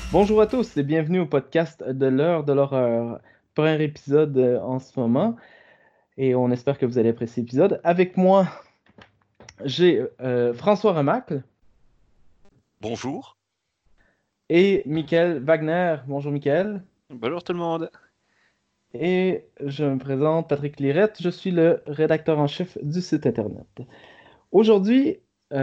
Bonjour à tous et bienvenue au podcast de l'heure de l'horreur. Premier épisode en ce moment et on espère que vous allez apprécier l'épisode. Avec moi, j'ai François Remacle Bonjour. et Michael Wagner. Bonjour Michael. Bonjour tout le monde. Et je me présente Patrick Lirette, je suis le rédacteur en chef du site internet. Aujourd'hui,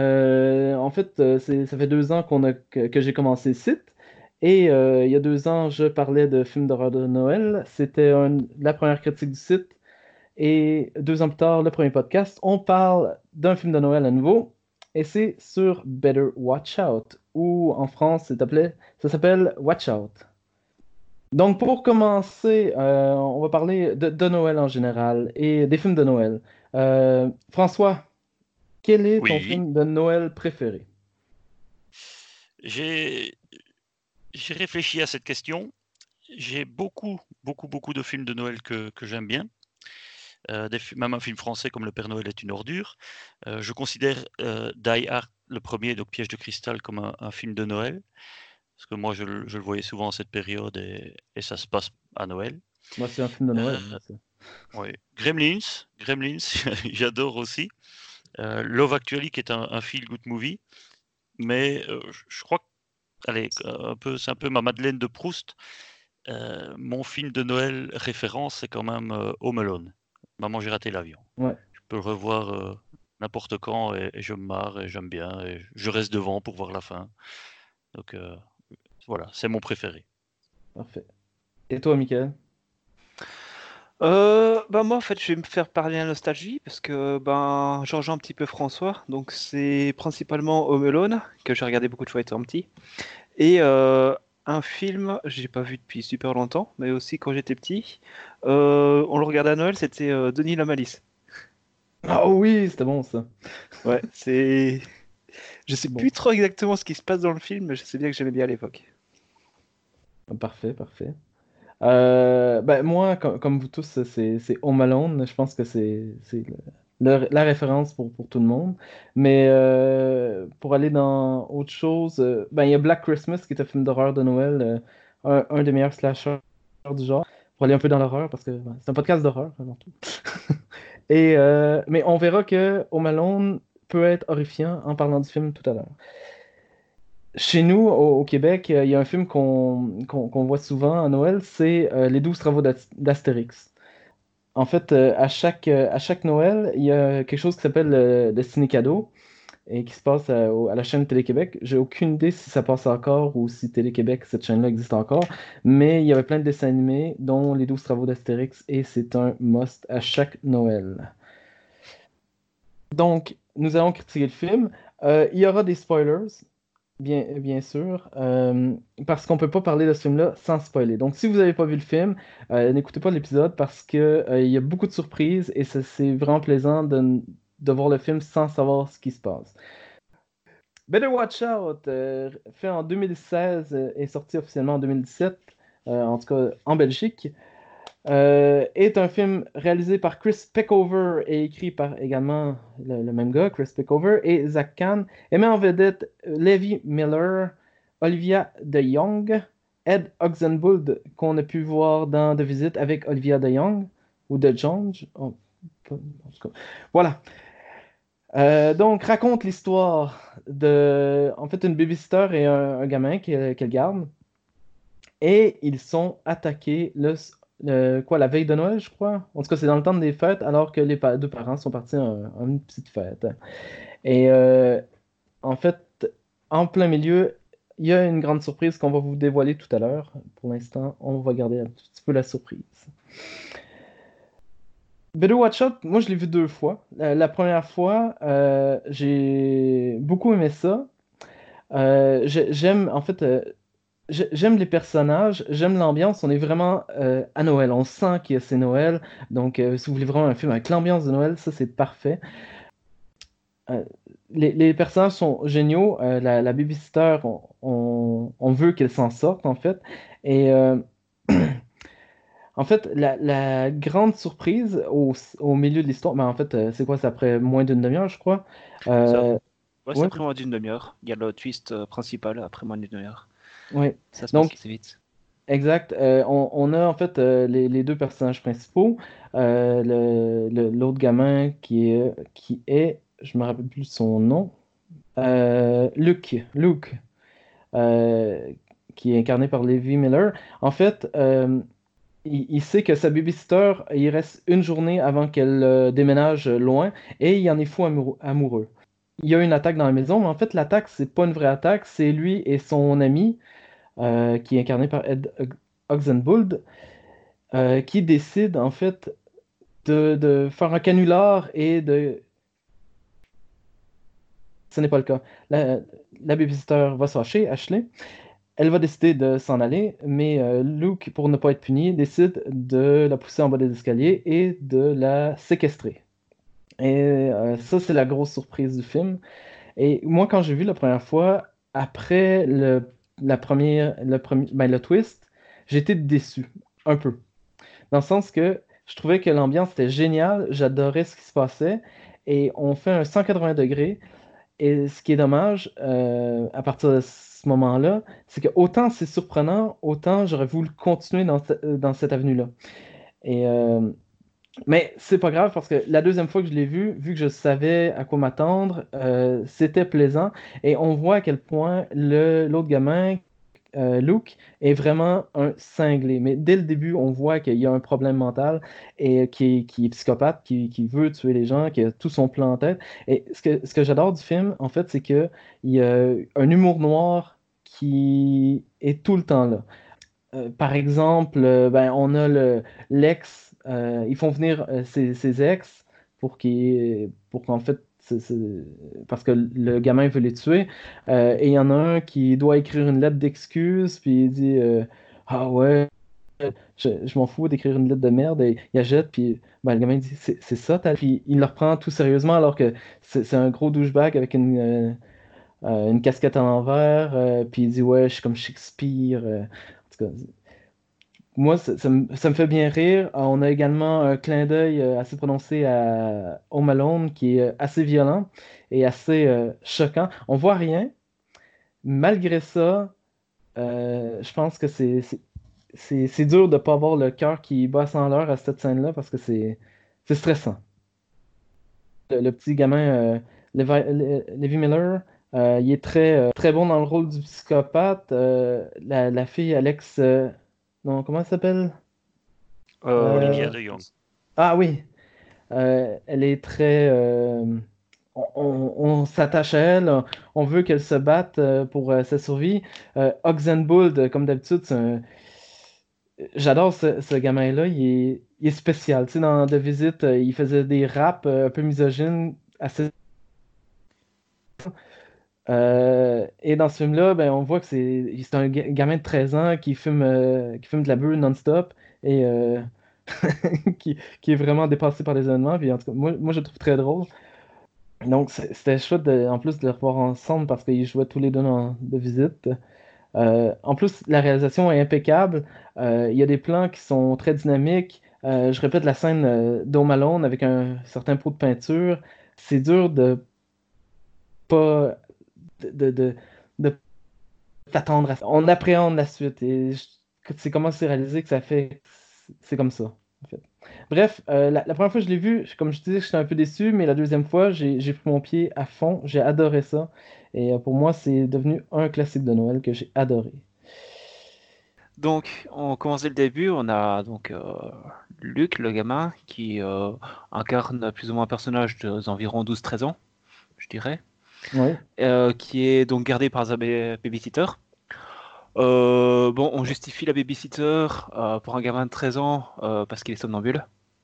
ça fait 2 ans que j'ai commencé le site. Et il y a 2 ans, je parlais de films d'horreur de Noël. C'était la première critique du site. Et 2 ans plus tard, le premier podcast, on parle d'un film de Noël à nouveau. Et c'est sur Better Watch Out. Ou en France, ça s'appelle Watch Out. Donc pour commencer, on va parler de Noël en général et des films de Noël. François, quel est ton Oui, film de Noël préféré? j'ai j'ai réfléchi à cette question. J'ai beaucoup de films de Noël que j'aime bien. Même un film français comme Le Père Noël est une ordure. Je considère Die Hard, le premier, donc Piège de cristal, comme un film de Noël. Parce que moi, je le voyais souvent à cette période et ça se passe à Noël. Moi, c'est un film de Noël, Euh, ça. ouais. Gremlins, j'adore aussi. Love Actually, qui est un feel-good movie. Mais je crois que allez, c'est un peu ma Madeleine de Proust. Mon film de Noël référence, c'est quand même Home Alone. Maman, j'ai raté l'avion. Ouais, Je peux le revoir n'importe quand et je me marre et j'aime bien et je reste devant pour voir la fin. Donc voilà, c'est mon préféré. parfait. Et toi, Michael? Moi en fait je vais me faire parler à la nostalgie parce que je rejoins un petit peu François, donc c'est principalement Home Alone que j'ai regardé beaucoup de fois étant petit et un film j'ai pas vu depuis super longtemps mais aussi quand j'étais petit, on le regardait à Noël, c'était Denis la Malice. Ah oui, c'était bon ça. Ouais, c'est je sais Bon, plus trop exactement ce qui se passe dans le film mais je sais bien que j'aimais bien à l'époque. parfait, parfait. Ben, moi, comme vous tous, c'est Home Alone. Je pense que c'est la référence pour tout le monde. Mais pour aller dans autre chose, ben, il y a Black Christmas qui est un film d'horreur de Noël, un des meilleurs slashers du genre. Pour aller un peu dans l'horreur, parce que ben, c'est un podcast d'horreur avant tout. Mais on verra que Home Alone peut être horrifiant en parlant du film tout à l'heure. Chez nous, au Québec, il y a un film qu'on voit souvent à Noël, c'est Les 12 travaux d'Astérix. En fait, à chaque Noël, il y a quelque chose qui s'appelle le Ciné-Cadeau et qui se passe à la chaîne Télé-Québec. J'ai aucune idée si ça passe encore ou si Télé-Québec, cette chaîne-là existe encore, mais il y avait plein de dessins animés, dont Les 12 travaux d'Astérix, et c'est un must à chaque Noël. Donc, nous allons critiquer le film. Il y aura des spoilers, bien sûr, parce qu'on peut pas parler de ce film-là sans spoiler. Donc, si vous n'avez pas vu le film, n'écoutez pas l'épisode parce que il y a beaucoup de surprises et c'est vraiment plaisant de voir le film sans savoir ce qui se passe. Better Watch Out, fait en 2016, est sorti officiellement en 2017, en tout cas en Belgique. Est un film réalisé par Chris Peckover et écrit par également le même gars, Chris Peckover, et Zach Kahn, et met en vedette Levi Miller, Olivia de Jong, Ed Oxenbould, qu'on a pu voir dans The Visit avec Olivia de Jong, ou de Jong. Oh, en tout cas. Voilà. Donc, raconte l'histoire en fait, une babysitter et un gamin qu'elle garde. Et ils sont attaqués la veille de Noël, je crois. En tout cas, c'est dans le temps des fêtes, alors que les deux parents sont partis à une petite fête. Et en fait, en plein milieu, il y a une grande surprise qu'on va vous dévoiler tout à l'heure. Pour l'instant, on va garder un petit peu la surprise. Better Watch Out, moi je l'ai vu 2 fois. La première fois, j'ai beaucoup aimé ça. J'aime, en fait, j'aime les personnages, j'aime l'ambiance. On est vraiment à Noël. On sent que c'est Noël. Donc, si vous voulez vraiment un film avec l'ambiance de Noël, ça c'est parfait. Euh, les personnages sont géniaux. La babysitter, on veut qu'elle s'en sorte en fait. Et en fait, la grande surprise au milieu de l'histoire, ben, en fait, c'est quoi? C'est après moins d'une demi-heure, je crois. Ça, Euh, ouais, c'est ouais, après moins d'une demi-heure. Il y a le twist principal après moins d'une demi-heure. Oui. Ça se passe Donc, assez vite. exact. On a en fait les deux personnages principaux. L'autre gamin je me rappelle plus son nom, Luke, euh, qui est incarné par Levi Miller. En fait, il sait que sa babysitter, il reste une journée avant qu'elle déménage loin et il en est fou amoureux. Il y a une attaque dans la maison, mais en fait, l'attaque, c'est pas une vraie attaque, c'est lui et son ami, qui est incarné par Ed Oxenbould, qui décident en fait de faire un canular et de. Ce n'est pas le cas. La babysitter va se fâcher, Ashley. Elle va décider de s'en aller, mais Luke, pour ne pas être puni, décide de la pousser en bas des escaliers et de la séquestrer. Et ça, c'est la grosse surprise du film. Et moi, quand j'ai vu la première fois, après le twist, j'étais déçu, un peu. Dans le sens que je trouvais que l'ambiance était géniale, j'adorais ce qui se passait, et on fait un 180 degrés. Et ce qui est dommage, à partir de ce moment-là, c'est que autant c'est surprenant, autant j'aurais voulu continuer dans cette avenue-là. Et, mais c'est pas grave parce que la deuxième fois que je l'ai vu que je savais à quoi m'attendre, c'était plaisant. Et on voit à quel point l'autre gamin, Luke, est vraiment un cinglé. Mais dès le début, on voit qu'il y a un problème mental et qui est psychopathe, qui veut tuer les gens, qui a tout son plan en tête. Et ce que j'adore du film, en fait, c'est qu'il y a un humour noir qui est tout le temps là. Par exemple, ben, on a l'ex, ils font venir ses ex pour qu'en fait, parce que le gamin veut les tuer. Et il y en a un qui doit écrire une lettre d'excuse, puis il dit ah ouais, je m'en fous d'écrire une lettre de merde, et il achète, puis ben, le gamin dit c'est ça, puis il le reprend tout sérieusement alors que c'est un gros douchebag avec une casquette à l'envers, puis il dit ouais, je suis comme Shakespeare. En tout cas, moi, ça me fait bien rire. On a également un clin d'œil assez prononcé à Home Alone qui est assez violent et assez choquant. On voit rien. Malgré ça, je pense que c'est dur de ne pas avoir le cœur qui bat sans l'heure à cette scène-là parce que c'est stressant. Le petit gamin, Levi Miller, il est très bon dans le rôle du psychopathe. La fille, Alex, non, comment elle s'appelle? Olivia Euh, de Jong. Ah oui, elle est très. On s'attache à elle, on veut qu'elle se batte pour sa survie. Oxenbould, comme d'habitude, j'adore ce gamin-là, il est spécial. Tu sais, dans The Visit, il faisait des raps un peu misogynes, assez. Et dans ce film-là, ben, on voit que c'est un gamin de 13 ans qui fume de la beuh non-stop et qui est vraiment dépassé par les événements. Puis en tout cas, moi je le trouve très drôle. Donc c'était chouette en plus de les revoir ensemble parce qu'ils jouaient tous les deux de visite. En plus, la réalisation est impeccable. Il y a des plans qui sont très dynamiques. Je répète la scène d'Home Alone avec un certain pot de peinture. C'est dur de pas de, de, de t'attendre à ça. On appréhende la suite et c'est comment c'est réalisé que ça fait. C'est comme ça, en fait. Bref, la première fois que je l'ai vu, comme je disais, j'étais un peu déçu, mais la deuxième fois, j'ai pris mon pied à fond. J'ai adoré ça. Et pour moi, c'est devenu un classique de Noël que j'ai adoré. Donc, on commence dès le début. On a donc Luc, le gamin, qui incarne plus ou moins un personnage d'environ 12-13 ans, je dirais, Oui. qui est donc gardé par sa babysitter. Bon, on justifie la babysitter pour un gamin de 13 ans parce qu'il est somnambule.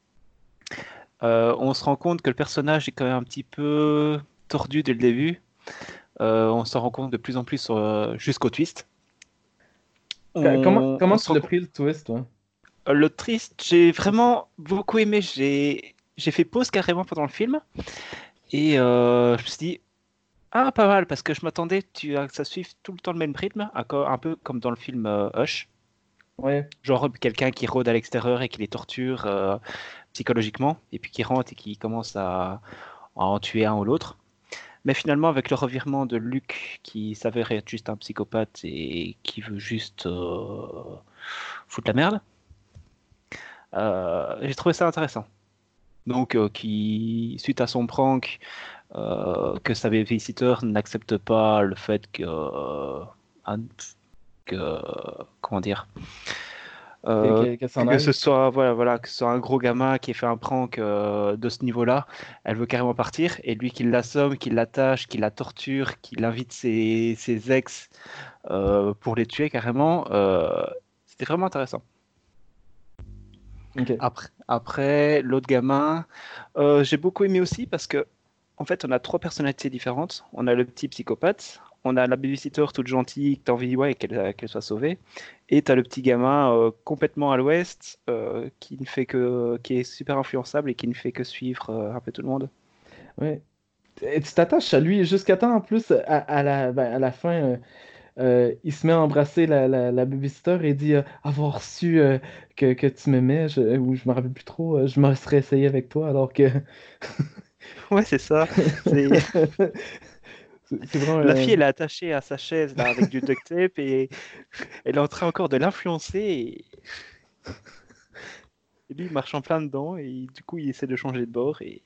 On se rend compte que le personnage est quand même un petit peu tordu dès le début. On s'en rend compte de plus en plus jusqu'au twist. Comment, On comment se tu rend l'as compte... pris le twist, toi? Le triste, j'ai vraiment beaucoup aimé. J'ai fait pause carrément pendant le film et je me suis dit, ah, pas mal, parce que je m'attendais que ça suive tout le temps le même rythme, un peu comme dans le film Hush. Ouais. Genre quelqu'un qui rôde à l'extérieur et qui les torture psychologiquement, et puis qui rentre et qui commence à en tuer un ou l'autre. Mais finalement, avec le revirement de Luke, qui s'avère être juste un psychopathe et qui veut juste foutre la merde, j'ai trouvé ça intéressant. Donc, suite à son prank, que sa babysitter n'accepte pas le fait que comment dire, Qu'elle s'en que ce aille. soit voilà, que ce soit un gros gamin qui ait fait un prank de ce niveau-là, elle veut carrément partir et lui qui l'assomme, qui l'attache, qui la torture, qui invite ses ex pour les tuer carrément. C'était vraiment intéressant. Ok. Après l'autre gamin, j'ai beaucoup aimé aussi parce que en fait, on a trois personnalités différentes. On a le petit psychopathe, on a la babysitter toute gentille, que t'as envie qu'elle soit sauvée, et t'as le petit gamin complètement à l'ouest qui est super influençable et qui ne fait que suivre un peu tout le monde. Ouais. Et tu t'attaches à lui jusqu'à temps en plus à la fin. Il se met à embrasser la babysitter et dit avoir su que tu m'aimais, ou je me rappelle plus trop, je me serais essayé avec toi alors que Ouais, c'est ça. C'est... c'est vraiment La fille, elle est attachée à sa chaise là, avec du duct tape et elle est en train encore de l'influencer et lui, il marche en plein dedans et du coup, il essaie de changer de bord et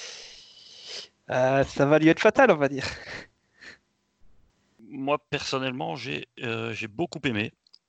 ça va lui être fatal, on va dire. Moi, personnellement, j'ai beaucoup aimé.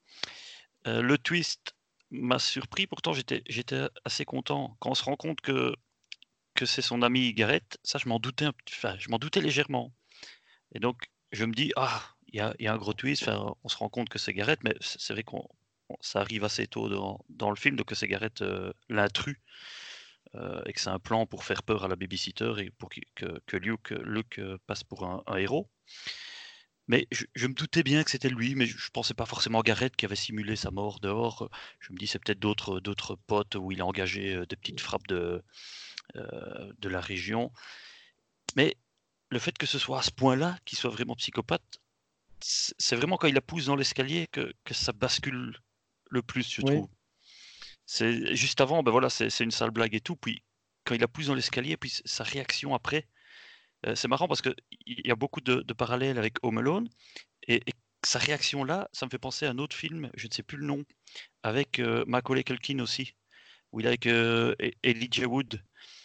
Le twist m'a surpris, pourtant j'étais assez content quand on se rend compte que c'est son ami Gareth. Ça, je m'en doutais, enfin, je m'en doutais légèrement. Et donc, je me dis, ah, il y a un gros twist. Enfin, on se rend compte que c'est Gareth, mais c'est vrai ça arrive assez tôt dans le film, donc que c'est Gareth l'intrus, et que c'est un plan pour faire peur à la babysitter et pour que Luke passe pour un héros. Mais je me doutais bien que c'était lui, mais je pensais pas forcément à Gareth qui avait simulé sa mort dehors. Je me dis, c'est peut-être d'autres potes où il a engagé des petites frappes de la région. Mais le fait que ce soit à ce point-là, qu'il soit vraiment psychopathe, c'est vraiment quand il la pousse dans l'escalier que ça bascule le plus, je Oui. trouve. C'est juste avant, ben voilà, c'est une sale blague et tout. Puis quand il la pousse dans l'escalier, puis sa réaction après, c'est marrant parce que il y a beaucoup de parallèles avec Home Alone et sa réaction là, ça me fait penser à un autre film, je ne sais plus le nom, avec Macaulay Culkin aussi, où il est avec Elijah Wood.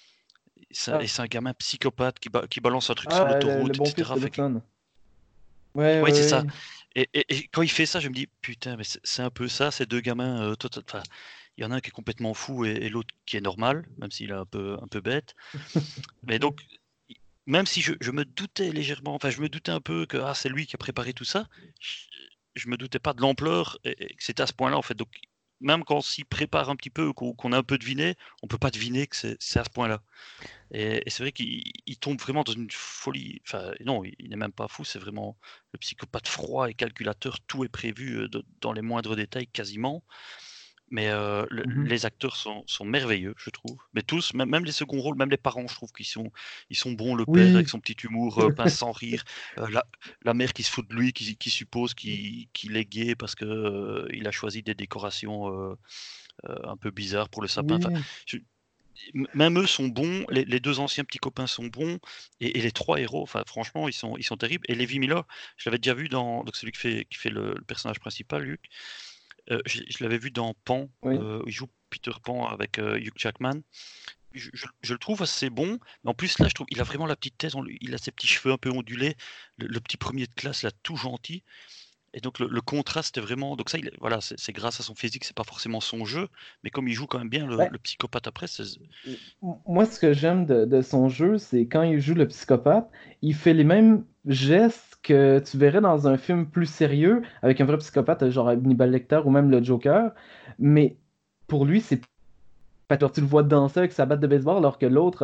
Et Ah, c'est un gamin psychopathe qui balance un truc sur le l'autoroute, bon fils etc. de Fait Luxon. Ouais, ouais, c'est ouais, ça. ouais. Et quand il fait ça, je me dis, putain, mais c'est un peu ça, ces deux gamins. Enfin, il y en a un qui est complètement fou et l'autre qui est normal, même s'il est un peu bête. Mais donc, même si je me doutais légèrement, enfin, je me doutais un peu que c'est lui qui a préparé tout ça, je, je me doutais pas de l'ampleur et que c'était à ce point-là, en fait. Donc, même quand on s'y prépare un petit peu, qu'on a un peu deviné, on peut pas deviner que c'est à ce point-là. Et c'est vrai qu'il tombe vraiment dans une folie. Enfin, non, il n'est même pas fou, c'est vraiment le psychopathe froid et calculateur. Tout est prévu dans les moindres détails quasiment. Mais Mhm. les acteurs sont merveilleux, je trouve. Mais tous, même les seconds rôles, même les parents, je trouve ils sont bons. Le père avec Oui. son petit humour, pince sans rire. La mère qui se fout de lui, qui suppose qu'il est gay parce que il a choisi des décorations un peu bizarres pour le sapin. Enfin, Oui. je- même eux sont bons, les deux anciens petits copains sont bons, et les trois héros, enfin, franchement, ils sont terribles. Et Levi Miller, je l'avais déjà vu donc celui qui fait le personnage principal, Luke. Je l'avais vu dans Pan, Oui. où il joue Peter Pan avec Hugh Jackman. Je le trouve assez bon, mais en plus là, je trouve il a vraiment la petite tête, il a ses petits cheveux un peu ondulés, le petit premier de classe là, tout gentil. Et donc le contraste est vraiment. Donc ça, voilà, c'est grâce à son physique, c'est pas forcément son jeu, mais comme il joue quand même bien Ben, le psychopathe après, moi, ce que j'aime de son jeu, c'est quand il joue le psychopathe, il fait les mêmes gestes que tu verrais dans un film plus sérieux, avec un vrai psychopathe, genre Hannibal Lecter ou même le Joker. Mais pour lui, c'est pas genre, tu le vois danser avec sa batte de baseball, alors que l'autre,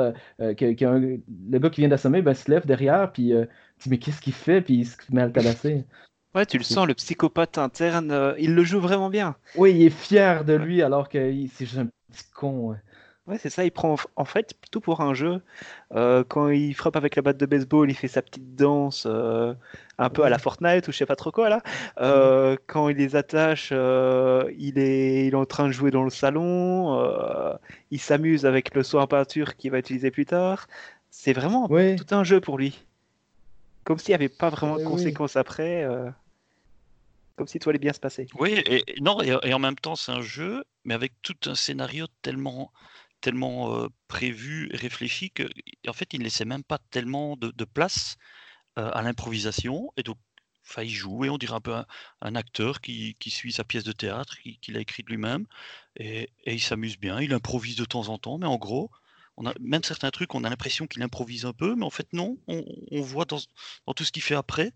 le gars qui vient d'assommer, ben, se lève derrière, puis tu dis, mais qu'est-ce qu'il fait? Puis il se met à le tabasser. Ouais, tu le C'est- sens, le psychopathe interne, il le joue vraiment bien. Oui, il est fier de Ouais, lui, alors que c'est juste un petit con. Ouais. ouais, c'est ça, il prend en fait tout pour un jeu. Quand il frappe avec la batte de baseball, il fait sa petite danse un peu à la Oui. Fortnite ou je sais pas trop quoi là. Mhm. Quand il les attache, il est en train de jouer dans le salon. Il s'amuse avec le soin peinture qu'il va utiliser plus tard. C'est vraiment Oui. tout un jeu pour lui. Comme s'il n'y avait pas vraiment de Oui. conséquences après, comme si tout allait bien se passer. Oui, et en même temps, c'est un jeu, mais avec tout un scénario tellement prévu et réfléchi que, en fait, il ne laissait même pas tellement de place à l'improvisation. Et donc, enfin, il joue et on dirait un peu un acteur qui suit sa pièce de théâtre, qu'il a écrite lui-même, et il s'amuse bien. Il improvise de temps en temps, mais en gros, on a même certains trucs, on a l'impression qu'il improvise un peu, mais en fait, non. On voit dans tout ce qu'il fait après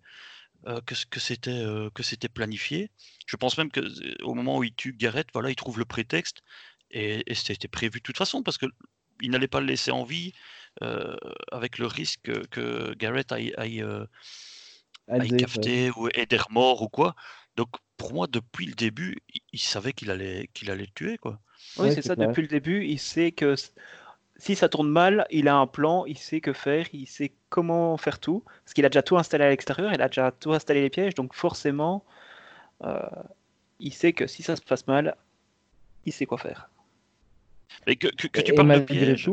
que c'était planifié. Je pense même que au moment où il tue Garrett, voilà, il trouve le prétexte et c'était prévu de toute façon parce que il n'allait pas le laisser en vie avec le risque que Garrett À aille dire. capter ou ait des remords ou quoi. Donc pour moi, depuis le début, il savait qu'il allait le tuer, quoi. Oui, Ouais, c'est c'est ça, clair. depuis le début, il sait que si ça tourne mal, il a un plan, il sait que faire, il sait comment faire tout, parce qu'il a déjà tout installé à l'extérieur, il a déjà tout installé les pièges, donc forcément, euh, il sait que si ça se passe mal, il sait quoi faire. Mais que tu Et parles de malgré piège, tout,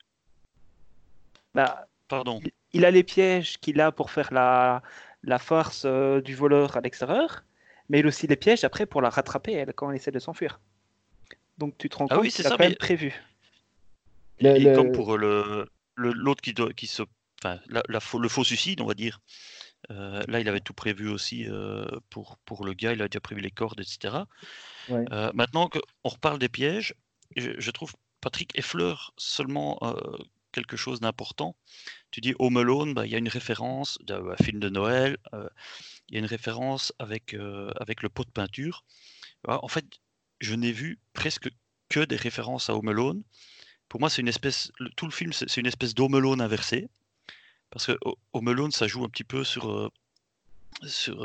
Bah, pardon. il a les pièges qu'il a pour faire la farce du voleur à l'extérieur, mais il a aussi les pièges après pour la rattraper elle, quand elle essaie de s'enfuir. Donc tu te rends Ah compte oui, c'est qu'il a ça, quand même mais prévu. le, et comme le- pour l'autre qui se, enfin, le faux suicide, on va dire. Là, il avait tout prévu aussi pour le gars, il a déjà prévu les cordes, etc. ouais. Maintenant qu'on reparle des pièges, je trouve Patrick effleure seulement quelque chose d'important. Tu dis Home Alone, bah, il y a une référence d'un film de Noël, il y a une référence avec le pot de peinture. En fait, je n'ai vu presque que des références à Home Alone. Pour moi, tout le film, c'est une espèce d'Home Alone inversé. Parce que Home Alone, ça joue un petit peu sur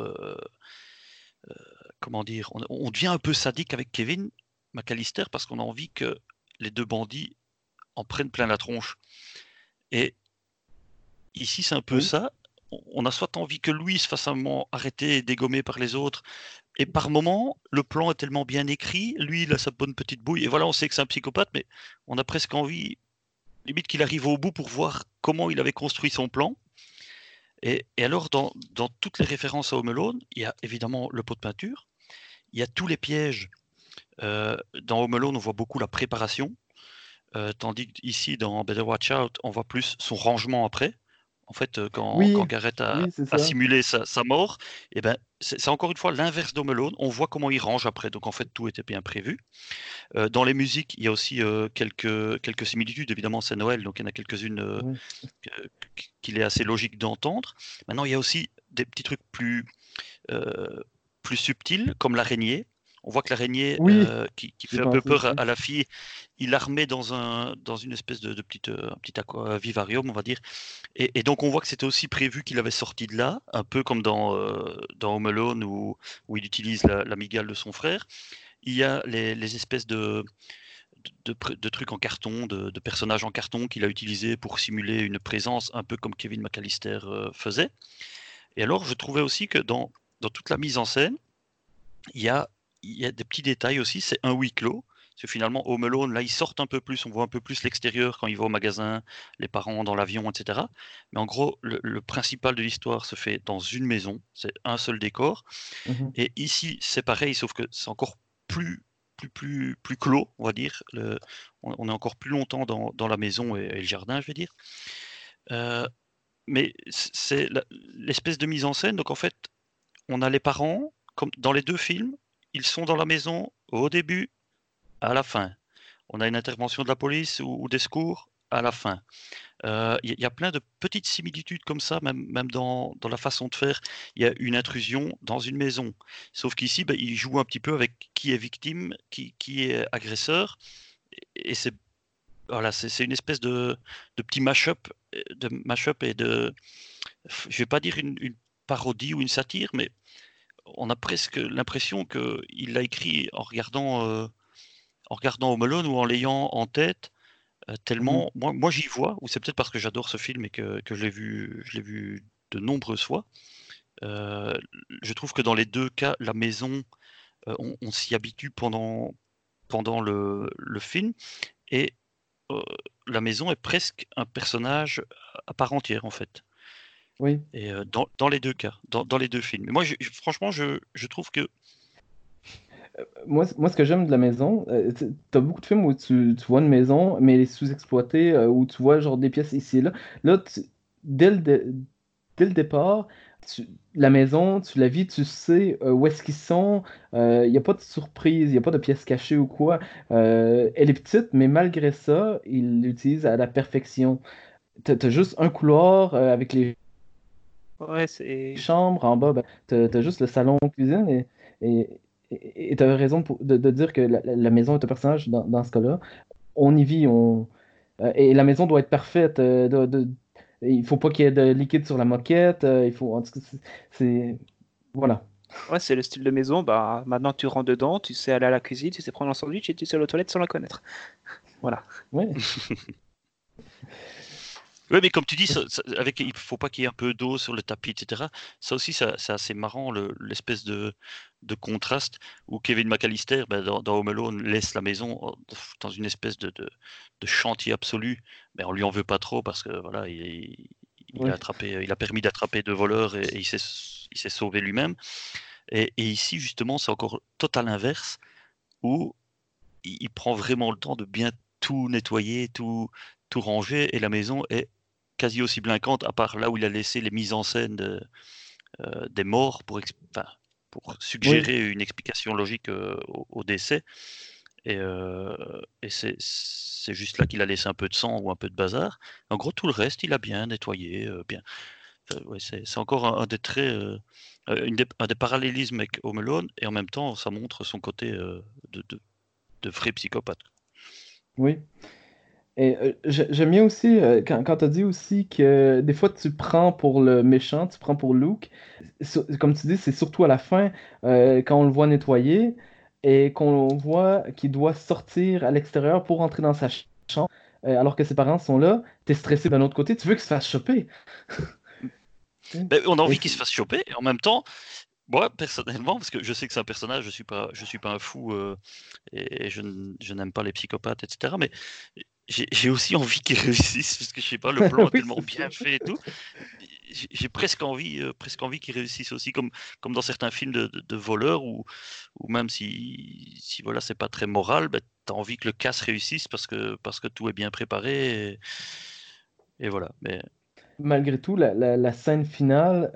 comment dire, on devient un peu sadique avec Kevin McAllister parce qu'on a envie que les deux bandits en prennent plein la tronche. Et ici, c'est un peu Oui. ça. On a soit envie que lui se fasse un moment arrêter et dégommer par les autres, et par moment, le plan est tellement bien écrit, lui, il a sa bonne petite bouille, et voilà, on sait que c'est un psychopathe, mais on a presque envie, limite, qu'il arrive au bout pour voir comment il avait construit son plan. Et alors, dans toutes les références à Home Alone, il y a évidemment le pot de peinture, il y a tous les pièges. Dans Home Alone, on voit beaucoup la préparation, tandis qu'ici, dans Better Watch Out, on voit plus son rangement après. En fait, quand Oui, Garrett oui, c'est a ça. simulé sa mort, et ben, c'est encore une fois l'inverse d'Home Alone. On voit comment il range après. Donc en fait, tout était bien prévu. Dans les musiques, il y a aussi quelques similitudes. Évidemment, c'est Noël, donc il y en a quelques-unes Oui. que- qu'il est assez logique d'entendre. Maintenant, il y a aussi des petits trucs euh, plus subtils, comme l'araignée. On voit que l'araignée Oui, qui j'ai fait un peu pensé peur aussi. à la fille, il la remet dans une espèce de petite, un petit vivarium, on va dire. Et donc on voit que c'était aussi prévu qu'il avait sorti de là, un peu comme dans Home Alone où il utilise l'amygdale de son frère. Il y a les espèces de trucs en carton, de personnages en carton qu'il a utilisés pour simuler une présence, un peu comme Kevin McAllister faisait. Et alors, je trouvais aussi que dans toute la mise en scène, il y a, il y a des petits détails aussi. C'est un huis clos. Parce que finalement, Home Alone, là, ils sortent un peu plus. On voit un peu plus l'extérieur quand il va au magasin, les parents dans l'avion, etc. Mais en gros, le principal de l'histoire se fait dans une maison. C'est un seul décor. Mhm. Et ici, c'est pareil, sauf que c'est encore plus clos, on va dire. On est encore plus longtemps dans la maison et le jardin, je vais dire. Euh, mais c'est l'espèce de mise en scène. Donc en fait, on a les parents, comme dans les deux films, ils sont dans la maison au début, à la fin. On a une intervention de la police ou des secours à la fin. Il y a plein de petites similitudes comme ça, même dans la façon de faire. Il y a une intrusion dans une maison. Sauf qu'ici, ben, il joue un petit peu avec qui est victime, qui est agresseur. Et c'est voilà, c'est une espèce de petit mash-up et je vais pas dire une parodie ou une satire, mais on a presque l'impression qu'il l'a écrit en regardant Home Alone ou en l'ayant en tête, Mhm. tellement moi j'y vois, ou c'est peut-être parce que j'adore ce film et que je l'ai vu de nombreuses fois. Euh, je trouve que dans les deux cas, la maison, on s'y habitue pendant le film et euh, la maison est presque un personnage à part entière en fait. Oui. Et dans les deux cas, dans les deux films. Et moi, franchement, je trouve que Moi, ce que j'aime de la maison, t'as beaucoup de films où tu vois une maison, mais elle est sous-exploitée, où tu vois genre des pièces ici et là. Là, dès le, dé- dès le départ, la maison, tu la vis, tu sais où est-ce qu'ils sont. Il n'y a pas de surprise, il n'y a pas de pièces cachées ou quoi. Elle est petite, mais malgré ça, ils l'utilisent à la perfection. T'as juste un couloir avec les Ouais, c'est. chambres. En bas, ben, t'as juste le salon cuisine et, et t'as raison de dire que la maison est un personnage dans ce cas-là. On y vit, et la maison doit être parfaite. Il faut pas qu'il y ait de liquide sur la moquette. Il faut, en tout cas, voilà. Ouais, c'est le style de maison. Bah, maintenant, tu rentres dedans, tu sais aller à la cuisine, tu sais prendre un sandwich et tu sais aller aux toilettes sans la connaître. Voilà. Ouais. oui, mais comme tu dis, avec, il faut pas qu'il y ait un peu d'eau sur le tapis, etc. Ça aussi, c'est assez marrant, l'espèce de contraste où Kevin McAllister, ben, dans Home Alone, laisse la maison dans une espèce de chantier absolu. Mais on lui en veut pas trop parce que voilà, Oui. il a permis d'attraper 2 voleurs et il s'est sauvé lui-même. Et ici, justement, c'est encore total inverse où il prend vraiment le temps de bien tout nettoyer, tout ranger, et la maison est quasi aussi blinquante, à part là où il a laissé les mises en scène des morts enfin, pour Oui. suggérer une explication logique au décès. Et c'est juste là qu'il a laissé un peu de sang ou un peu de bazar. En gros, tout le reste, il a bien nettoyé, bien. Ouais, c'est encore un des traits, un des parallélismes avec Home Alone, et en même temps, ça montre son côté de vrai psychopathe. Oui. Et j'aime bien aussi quand tu as dit aussi que des fois tu prends pour le méchant, tu prends pour Luke. Comme tu dis, c'est surtout à la fin quand on le voit nettoyer et qu'on voit qu'il doit sortir à l'extérieur pour entrer dans sa chambre alors que ses parents sont là. T'es stressé d'un autre côté, tu veux qu'il se fasse choper. Ben, on a Et envie qu'il se fasse choper, et en même temps, moi, personnellement, parce que je sais que c'est un personnage, je suis pas un fou, et je n'aime pas les psychopathes, etc. Mais j'ai aussi envie qu'ils réussissent, parce que je sais pas, le plan est oui, tellement c'est ça. bien fait et tout. J'ai presque envie qu'ils réussissent aussi, comme dans certains films de voleurs, ou même si voilà, c'est pas très moral, ben, t'as envie que le casse réussisse parce que tout est bien préparé, et voilà. Mais Malgré tout, la scène finale,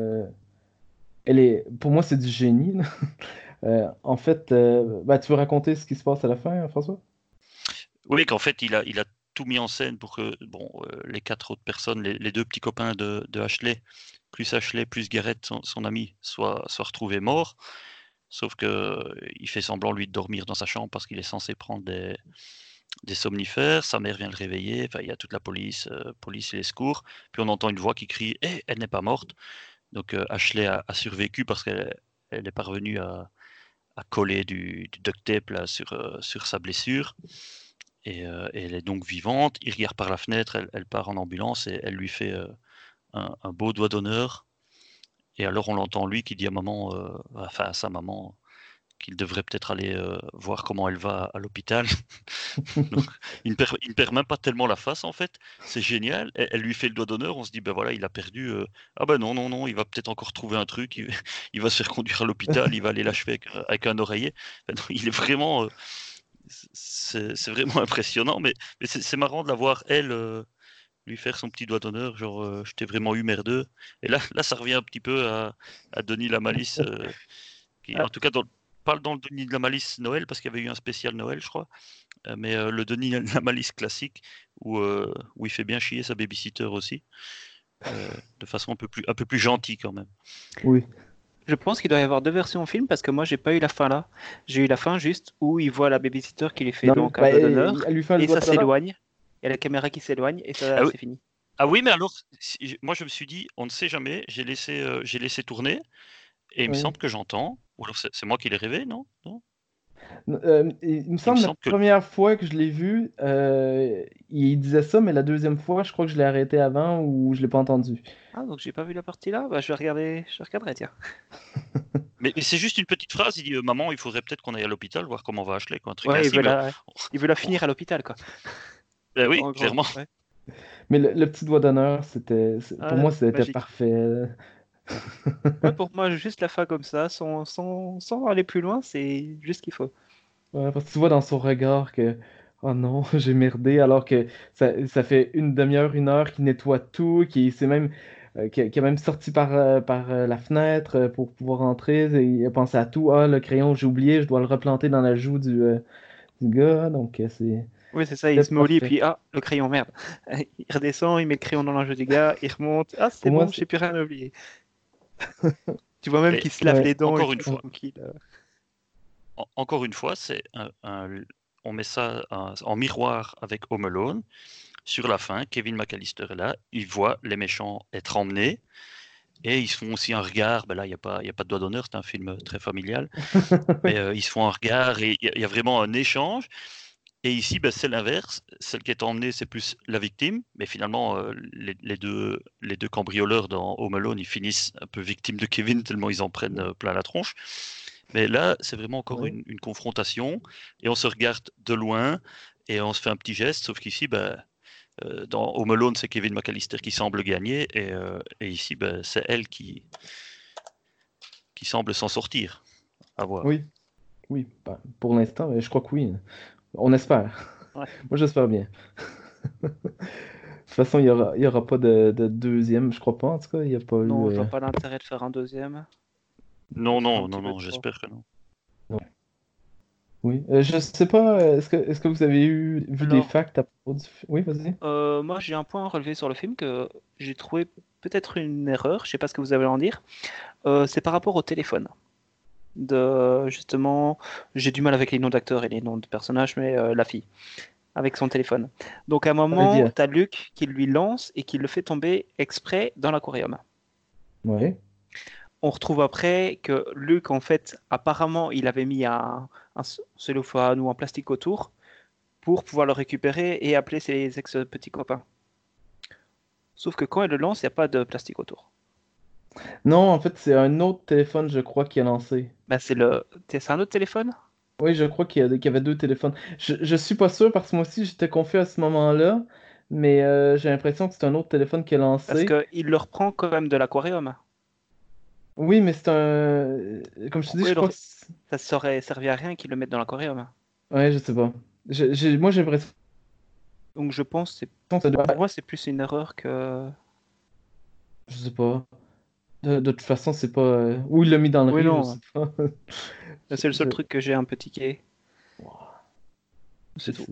pour moi, c'est du génie, là. En fait, bah, tu veux raconter ce qui se passe à la fin, François? oui, qu'en fait, il a tout mis en scène pour que bon, les 4 autres personnes, les 2 petits copains de Ashley, plus Garrett, son ami, soient retrouvés morts. Sauf que il fait semblant, lui, de dormir dans sa chambre parce qu'il est censé prendre des somnifères. Sa mère vient le réveiller. Enfin, il y a toute la police et les secours. Puis on entend une voix qui crie: «Eh, elle n'est pas morte!» Donc Ashley a survécu parce qu'elle est parvenue à coller du duct tape là, sur sa blessure. Et elle est donc vivante. Il regarde par la fenêtre, elle part en ambulance et elle lui fait un beau doigt d'honneur. Et alors on l'entend lui qui dit à sa maman, qu'il devrait peut-être aller voir comment elle va à l'hôpital. Donc, il ne perd même pas tellement la face en fait. C'est génial. Elle lui fait le doigt d'honneur. On se dit ben voilà, il a perdu. Ah ben non non non, il va peut-être encore trouver un truc. Il va se faire conduire à l'hôpital. Il va aller l'achever avec un oreiller. Enfin, non, il est vraiment c'est vraiment impressionnant, mais c'est marrant de la voir, elle, lui faire son petit doigt d'honneur, genre je t'ai vraiment eu merdeux. Et là, ça revient un petit peu à Denis la Malice, qui, Ah, en tout cas, pas dans le Denis de la Malice Noël, parce qu'il y avait eu un spécial Noël, je crois, mais le Denis de la Malice classique, où il fait bien chier sa babysitter aussi, de façon un peu plus gentille quand même. Oui. je pense qu'il doit y avoir deux versions au film parce que moi, j'ai pas eu la fin là. J'ai eu la fin juste où il voit la babysitter qui lui fait Non, donc un bah, doigt d'honneur elle lui fait le et doigt ça d'honneur. s'éloigne. Il y a la caméra qui s'éloigne et ça, Ah oui, c'est fini. ah oui, mais alors, moi je me suis dit, on ne sait jamais, j'ai laissé tourner, et il me Oui. semble que j'entends, ou alors c'est moi qui l'ai rêvé, non? Non. Il me Il me semble la semble que. première fois que je l'ai vu, il disait ça, mais la deuxième fois, je crois que je l'ai arrêté avant ou je l'ai pas entendu. Ah, donc j'ai pas vu la partie là. Bah, je regarderai, tiens. Mais c'est juste une petite phrase, il dit maman, il faudrait peut-être qu'on aille à l'hôpital voir comment va Ashley, quoi, un truc Ouais, ainsi. Mais il veut la on- finir à l'hôpital, quoi. ben oui, En gros, clairement. ouais. Mais le petit doigt d'honneur, pour Ah, moi, c'était magique. parfait. Ouais, pour moi, juste la fin comme ça, sans aller plus loin, c'est juste ce qu'il faut. Ouais, parce que tu vois dans son regard que, oh non, j'ai merdé, alors que ça fait une demi-heure, une heure qu'il nettoie tout, qui a même sorti par la fenêtre pour pouvoir entrer, et il a pensé à tout. Ah, le crayon, j'ai oublié, je dois le replanter dans la joue du gars, donc Oui, c'est ça, il c'était se met au lit et parfait. puis, ah, le crayon, merde. Il redescend, il met le crayon dans l'enjeu du gars, il remonte, ah, c'est Pour moi, bon, j'ai plus rien oublié. Tu vois même Et qu'il se lave ouais, les dents et encore tout, une fois, tranquille. encore une fois, on met ça en miroir avec Home Alone. Sur la fin, Kevin McAllister est là, il voit les méchants être emmenés, et ils se font aussi un regard. Ben là, il y a pas de doigt d'honneur, c'est un film très familial, mais ils se font un regard et il y a vraiment un échange. Et ici, ben, c'est l'inverse. Celle qui est emmenée, c'est plus la victime, mais finalement, les deux cambrioleurs dans Home Alone, ils finissent un peu victimes de Kevin tellement ils en prennent plein la tronche. Mais là, c'est vraiment encore Ouais. une confrontation, et on se regarde de loin et on se fait un petit geste, sauf qu'ici, ben, dans Home Alone, c'est Kevin McAllister qui semble gagner, et ici, ben, c'est elle qui semble s'en sortir. À voir. Oui, oui, bah, pour l'instant, je crois que oui. On espère. Ouais. Moi, j'espère bien. De toute façon, il y aura pas de deuxième, je crois pas, en tout cas, il n'y a pas eu. Non, je vois pas l'intérêt de faire un deuxième. Ça Non, serait un non, petit non, peu non, trop. j'espère que non. Oui, je sais pas, est-ce que vous avez vu des Alors, facts à propos du film? Oui, vas-y. moi, j'ai un point à relever sur le film que j'ai trouvé peut-être une erreur, je sais pas ce que vous avez à en dire. C'est par rapport au téléphone. Justement, j'ai du mal avec les noms d'acteurs et les noms de personnages, mais la fille, avec son téléphone. Donc à un moment, Vas-y. tu as Luke qui lui lance et qui le fait tomber exprès dans l'aquarium. Oui. On retrouve après que Luke, en fait, apparemment, il avait mis un cellophane ou un plastique autour pour pouvoir le récupérer et appeler ses ex-petits copains. Sauf que quand il le lance, il n'y a pas de plastique autour. Non, en fait, c'est un autre téléphone, je crois, qui a lancé. Bah, c'est un autre téléphone? Oui, je crois qu'il y avait deux téléphones. Je suis pas sûr parce que moi aussi, j'étais confus à ce moment-là, mais j'ai l'impression que c'est un autre téléphone qui a Parce lancé. qu'il le reprend quand même de l'aquarium. Oui, mais c'est un. Comme je te dis, Pourquoi je il crois aurait... que. ça serait servi à rien qu'il le mette dans l'aquarium? Ouais, je sais pas. Moi, j'ai l'impression Donc je pense que que ça doit. pour moi c'est plus une erreur que. Je sais pas. De toute façon, c'est pas. Où il l'a mis dans le Oui riz, je non, sais pas. c'est le seul Je- truc que j'ai un peu tiqué, Ouah, c'est tout.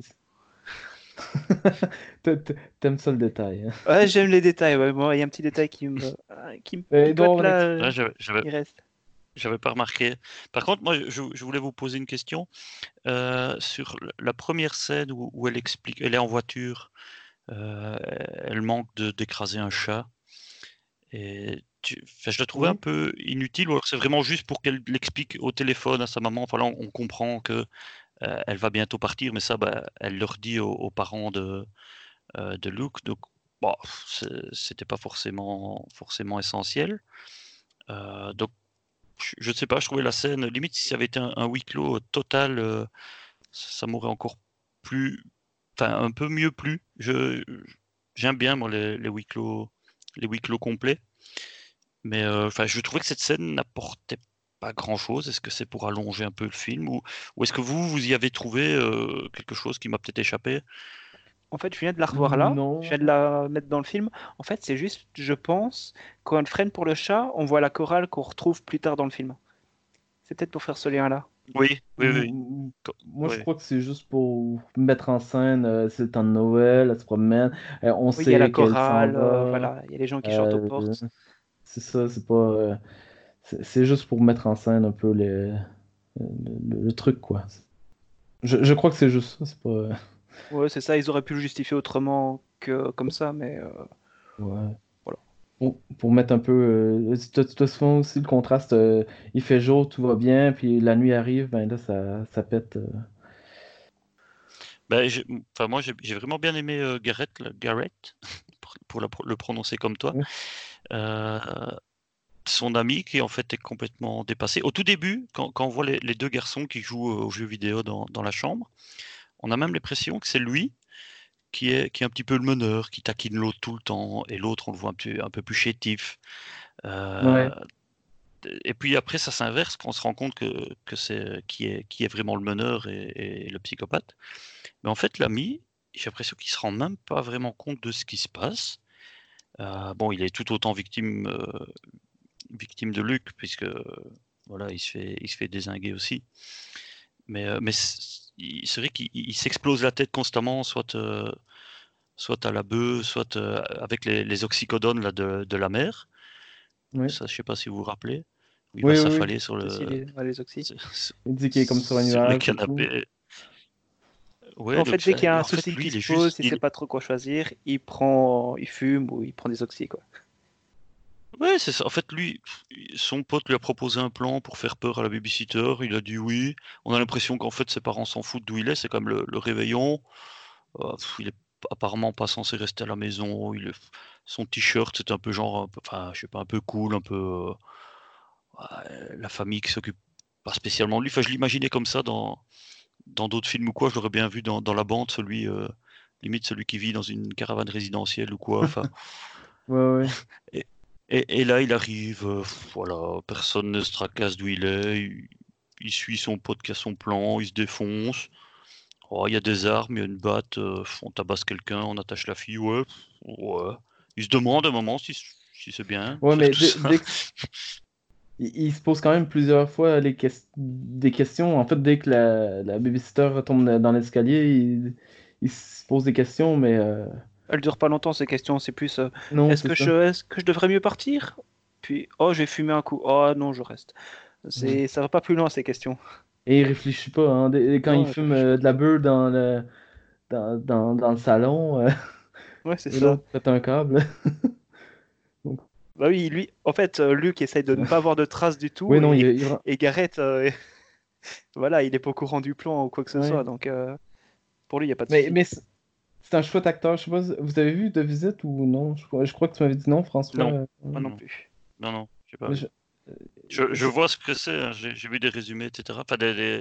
T'aimes ça le détail, hein. Ouais, j'aime les détails. Ouais. Moi, il y a un petit détail qui me Il doit picote avoir une là, Là, il reste. j'avais pas remarqué. Par contre, moi, je voulais vous poser une question sur la première scène où elle explique, elle est en voiture, euh, elle manque d'écraser un chat. Et enfin, je la trouvais un Oui. peu inutile, ou alors c'est vraiment juste pour qu'elle l'explique au téléphone à sa maman. Enfin, là, on comprend que elle va bientôt partir, mais ça, bah, elle leur dit aux parents de Luke. Donc, bon, c'était pas forcément essentiel. Donc, je sais pas, je trouvais la scène, limite, si ça avait été un huis clos total, ça m'aurait encore plus, enfin, un peu mieux plu. J'aime bien, moi, les huis clos complets. Mais enfin, je trouvais que cette scène n'apportait pas grand-chose. Est-ce que c'est pour allonger un peu le film, ou est-ce que vous y avez trouvé quelque chose qui m'a peut-être échappé? En fait, je viens de la revoir là, je Non. viens de la mettre dans le film. En fait, c'est juste, je pense, quand elle freine pour le chat, on voit la chorale qu'on retrouve plus tard dans le film. C'est peut-être pour faire ce lien-là. Oui, oui, oui. Moi, je Oui. crois que c'est juste pour mettre en scène, c'est le temps de Noël, elle se promène, on Oui, il y a la sait qu'elle s'en chorale, va. voilà, il y a les gens qui chantent aux euh, portes. c'est ça, c'est pas. C'est juste pour mettre en scène un peu le truc, quoi. Je crois que c'est juste ça, c'est pas. Ouais, c'est ça, ils auraient pu le justifier autrement que comme ça, mais Ouais. voilà. Pour mettre un peu. De toute façon, aussi, le contraste, il fait jour, tout va bien, puis la nuit arrive, ben là, ça pète. Ben, enfin, moi, j'ai vraiment bien aimé Garrett, Garrett, pour le prononcer comme toi. Oui. Euh, Son ami qui en fait est complètement dépassé. Au tout début, quand on voit les deux garçons qui jouent aux jeux vidéo dans la chambre, on a même l'impression que c'est lui qui est un petit peu le meneur, qui taquine l'autre tout le temps, et l'autre, on le voit un peu plus chétif. Ouais. Et puis après, ça s'inverse quand on se rend compte que c'est qui est vraiment le meneur et le psychopathe. Mais en fait, l'ami, j'ai l'impression qu'il se rend même pas vraiment compte de ce qui se passe. Bon, il est tout autant victime de Luc, puisque voilà, il se fait dézinguer aussi. Mais c'est vrai qu'il s'explose la tête constamment, soit à la bœuf, soit avec les oxycodones là, de la mer. Ouais. Ça, je sais pas si vous vous rappelez. Où il va Oui, oui, oui. s'affaler sur Ceci, le, les oxy. Il dit qu'il est comme sur un sur le nuage et tout. canapé. Ouais, En fait, donc dès qu'il y a un en fait, souci lui, qui il se est pose, juste. il sait pas trop quoi choisir, il fume ou il prend des oxy, quoi. Ouais, c'est ça. En fait, lui, son pote lui a proposé un plan pour faire peur à la babysitter. Il a dit oui. On a l'impression qu'en fait, ses parents s'en foutent d'où il est. C'est comme le réveillon. Il est apparemment pas censé rester à la maison. Son t-shirt, c'est un peu genre, enfin, je sais pas, un peu cool, un peu la famille qui s'occupe pas spécialement de lui. Enfin, je l'imaginais comme ça dans d'autres films ou quoi. Je l'aurais bien vu dans La Bande, limite celui qui vit dans une caravane résidentielle ou quoi. Enfin, Ouais, ouais. et, et là, il arrive, voilà, personne ne se tracasse d'où il est. Il suit son pote qui a son plan, il se défonce. Oh, il y a des armes, il y a une batte, on tabasse quelqu'un, on attache la fille, ouais, ouais. Il se demande à un moment si c'est bien de Ouais, faire mais tout ça. il se pose quand même plusieurs fois des questions. En fait, dès que la babysitter retombe dans l'escalier, il se pose des questions, mais Elle dure pas longtemps ces questions, c'est plus non, c'est ça. est-ce que je devrais mieux partir? Puis oh, j'ai fumé un coup. Oh non, je reste. Ouais. Ça va pas plus loin ces questions. Et il réfléchit pas, hein. Quand il Non, elle fume réfléchit pas. de la beurre dans le salon, Ouais, c'est et ça. l'autre pète un câble. Donc, Bah oui, lui, en fait, Luke essaye de ne pas avoir de traces du tout oui, non, et Garrett, voilà, il est pas au courant du plan ou quoi que ce soit, ouais. donc pour lui, il n'y a pas de Mais, souci. mais c'est un chouette acteur. Je sais pas, vous avez vu De Visite ou non? Je crois que tu m'avais dit non, François. Non, Moi non non, plus. non, j'ai pas Mais vu. je- Je c'est- vois ce que c'est, hein, j'ai vu des résumés, etc. Enfin,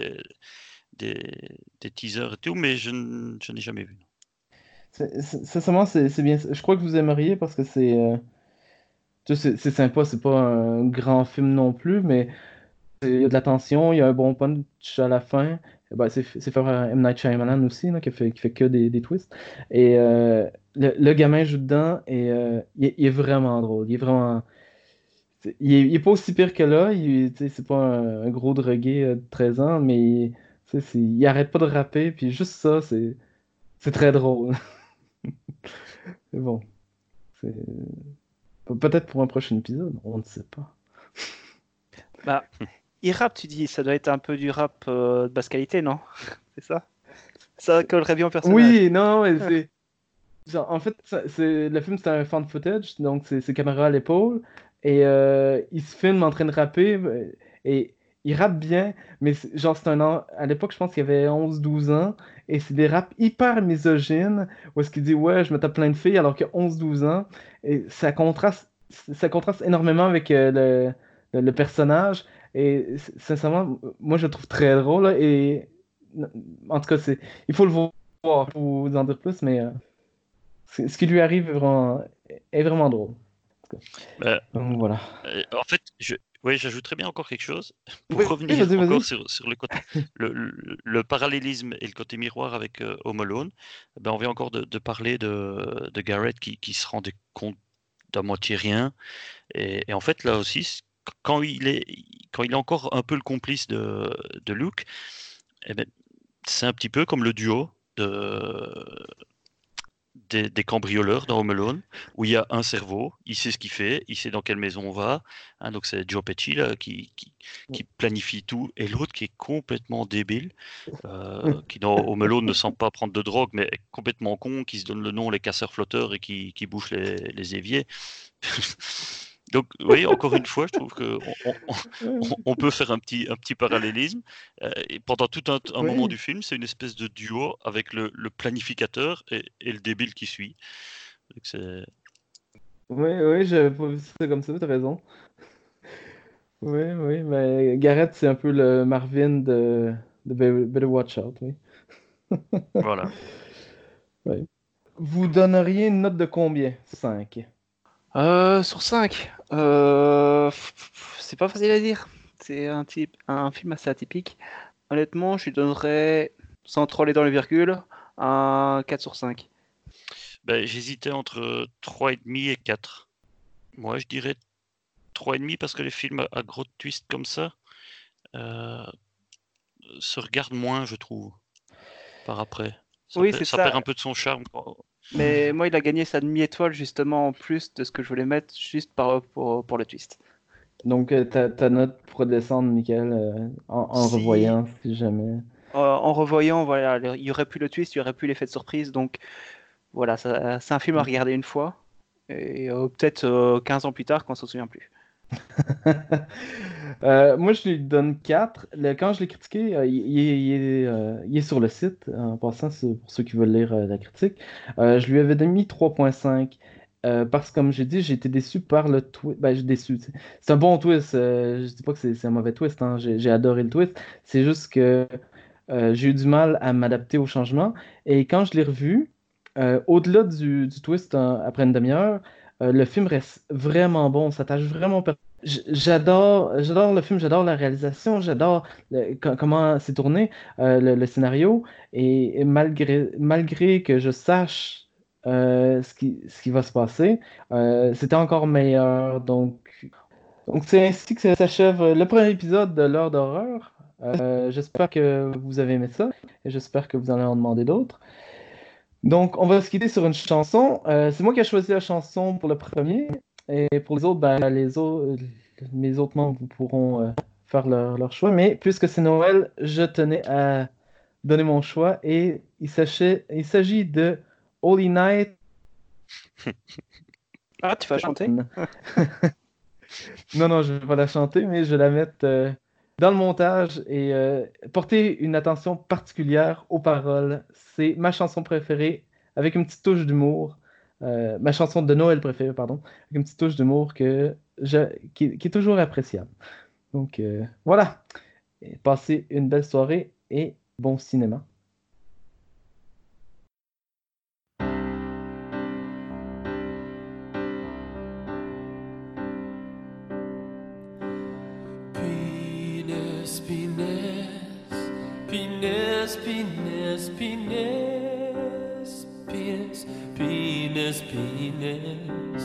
des teasers et tout, mais je n'ai jamais vu. Sincèrement, c'est bien. Je crois que vous aimeriez parce que tu sais, c'est sympa. C'est pas un grand film non plus, mais il y a de la tension, il y a un bon punch à la fin. Ben, c'est fait par M. Night Shyamalan aussi, là, qui fait que des twists. Et le gamin joue dedans et il est vraiment drôle. Il est pas aussi pire que là. Tu sais, c'est pas un gros drogué de 13 ans, mais tu sais, il arrête pas de rapper. Puis juste ça, c'est très drôle. Mais bon, c'est peut-être pour un prochain épisode, on ne sait pas. Bah, il rappe, tu dis, ça doit être un peu du rap de basse qualité, non? C'est ça? Ça collerait bien au personnage. Oui, non, mais c'est. Genre, en fait, le film, c'est un fan footage, donc c'est caméra à l'épaule, et il se filme en train de rapper, et il rappe bien, mais genre, à l'époque, je pense qu'il avait 11 12 ans, et c'est des raps hyper misogynes, où est-ce qu'il dit, ouais, je me tape plein de filles, alors qu'il a 11 12 ans, et ça contraste énormément avec le personnage, et sincèrement, moi, je le trouve très drôle, là, et en tout cas, il faut le voir, pour vous en dire plus, mais. Ce qui lui arrive est vraiment drôle. Bah, Donc voilà. en fait, oui, j'ajouterais bien encore quelque chose pour Oui, oui, revenir vas-y, encore vas-y. sur le parallélisme et le côté miroir avec Home Alone. Ben, on vient encore de parler de Garrett qui se rendait compte d'à moitié rien. Et en fait, là aussi, quand il est encore un peu le complice de Luke, eh ben, c'est un petit peu comme le duo des cambrioleurs dans Home Alone, où il y a un cerveau, il sait ce qu'il fait, il sait dans quelle maison on va. Hein, donc c'est Joe Pesci là, qui planifie tout, et l'autre qui est complètement débile, qui dans Home Alone ne semble pas prendre de drogue, mais est complètement con, qui se donne le nom les casseurs flotteurs et qui bouche les éviers. Donc, oui, encore une fois, je trouve qu'on peut faire un petit parallélisme. Et pendant tout un moment Oui, du film, c'est une espèce de duo avec le planificateur et le débile qui suit. Donc, oui, oui, j'avais pas vu ça comme ça, t'as raison. Oui, oui, mais Garrett, c'est un peu le Marvin de Better Watch Out, oui. voilà. Oui. Vous donneriez une note de combien? 5. Sur 5, c'est pas facile à dire. C'est un film assez atypique. Honnêtement, je lui donnerais, sans trop aller dans les virgules, un 4 sur 5. Ben, j'hésitais entre 3,5 et 4. Moi, je dirais 3,5 parce que les films à gros twists comme ça se regardent moins, je trouve, par après. Oui, c'est ça ça. perd un peu de son charme. Mais moi, il a gagné sa demi-étoile justement en plus de ce que je voulais mettre juste pour le twist. Donc, ta note pourrait descendre, Michael, en Si- revoyant, si jamais. En revoyant, voilà, il y aurait plus le twist, il y aurait plus l'effet de surprise. Donc voilà, c'est un film à regarder une fois. Et peut-être 15 ans plus tard quand on s'en souvient plus. Moi, je lui donne 4. Quand je l'ai critiqué, il est sur le site, en passant, pour ceux qui veulent lire la critique. Je lui avais mis 3,5. Parce que, comme j'ai dit, j'ai été déçu par le twist. Ben, j'ai déçu. C'est un bon twist. Je dis pas que c'est un mauvais twist, hein. J'ai adoré le twist. C'est juste que j'ai eu du mal à m'adapter au changement. Et quand je l'ai revu, au-delà du twist après une demi-heure, le film reste vraiment bon. On s'attache vraiment. J'adore le film, j'adore la réalisation, j'adore comment c'est tourné, le scénario. Et malgré que je sache ce qui va se passer, c'était encore meilleur. Donc c'est ainsi que s'achève le premier épisode de l'heure d'horreur. J'espère que vous avez aimé ça et j'espère que vous en allez en demander d'autres. Donc, on va se quitter sur une chanson. C'est moi qui ai choisi la chanson pour le premier. Et pour les autres, mes autres membres pourront faire leur choix. Mais puisque c'est Noël, je tenais à donner mon choix. Et il s'agit de Holy Night. Ah, tu vas chanter? Non, je ne vais pas la chanter, mais je vais la mettre dans le montage et porter une attention particulière aux paroles. C'est ma chanson préférée avec une petite touche d'humour. Ma chanson de Noël préférée, pardon, avec une petite touche d'humour qui est toujours appréciable. Donc voilà. Et passez une belle soirée et bon cinéma. Penis, penis, penis, penis, penis, penis,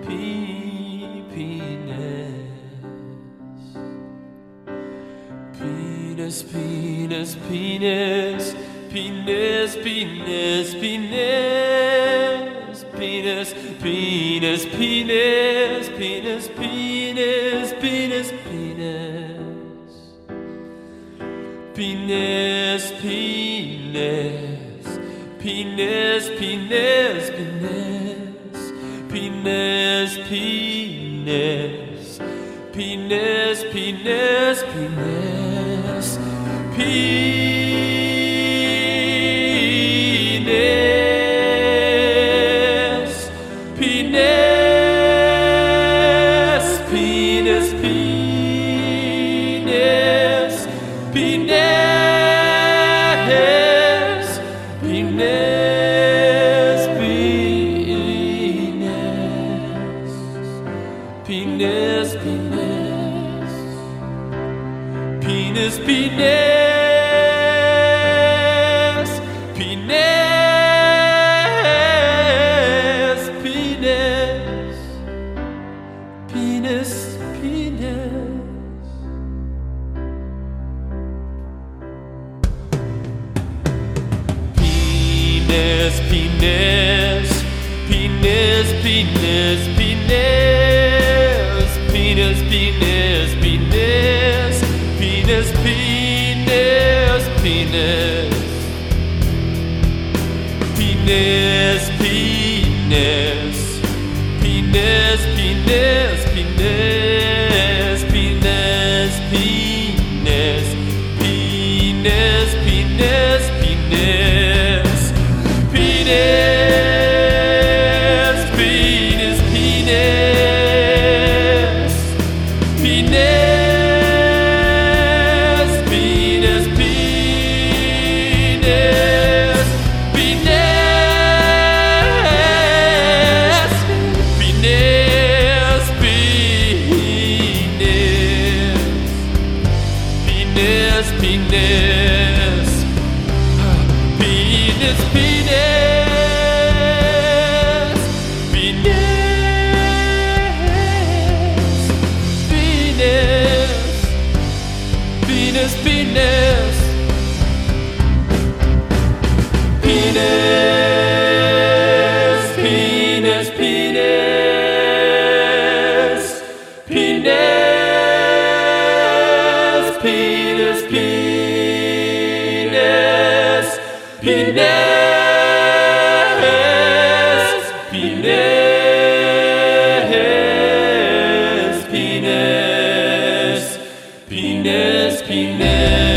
penis, penis, penis, penis, penis, penis, penis, penis, penis, penis, penis, penis, penis. Penis, penis, penis, penis, penis, penis, penis, penis, penis, penis, penis. Penis, penis. Penis. Penis, penis. Penis, penis, penis. Penis, penis, penis. Penis, penis, penis. Penis, penis.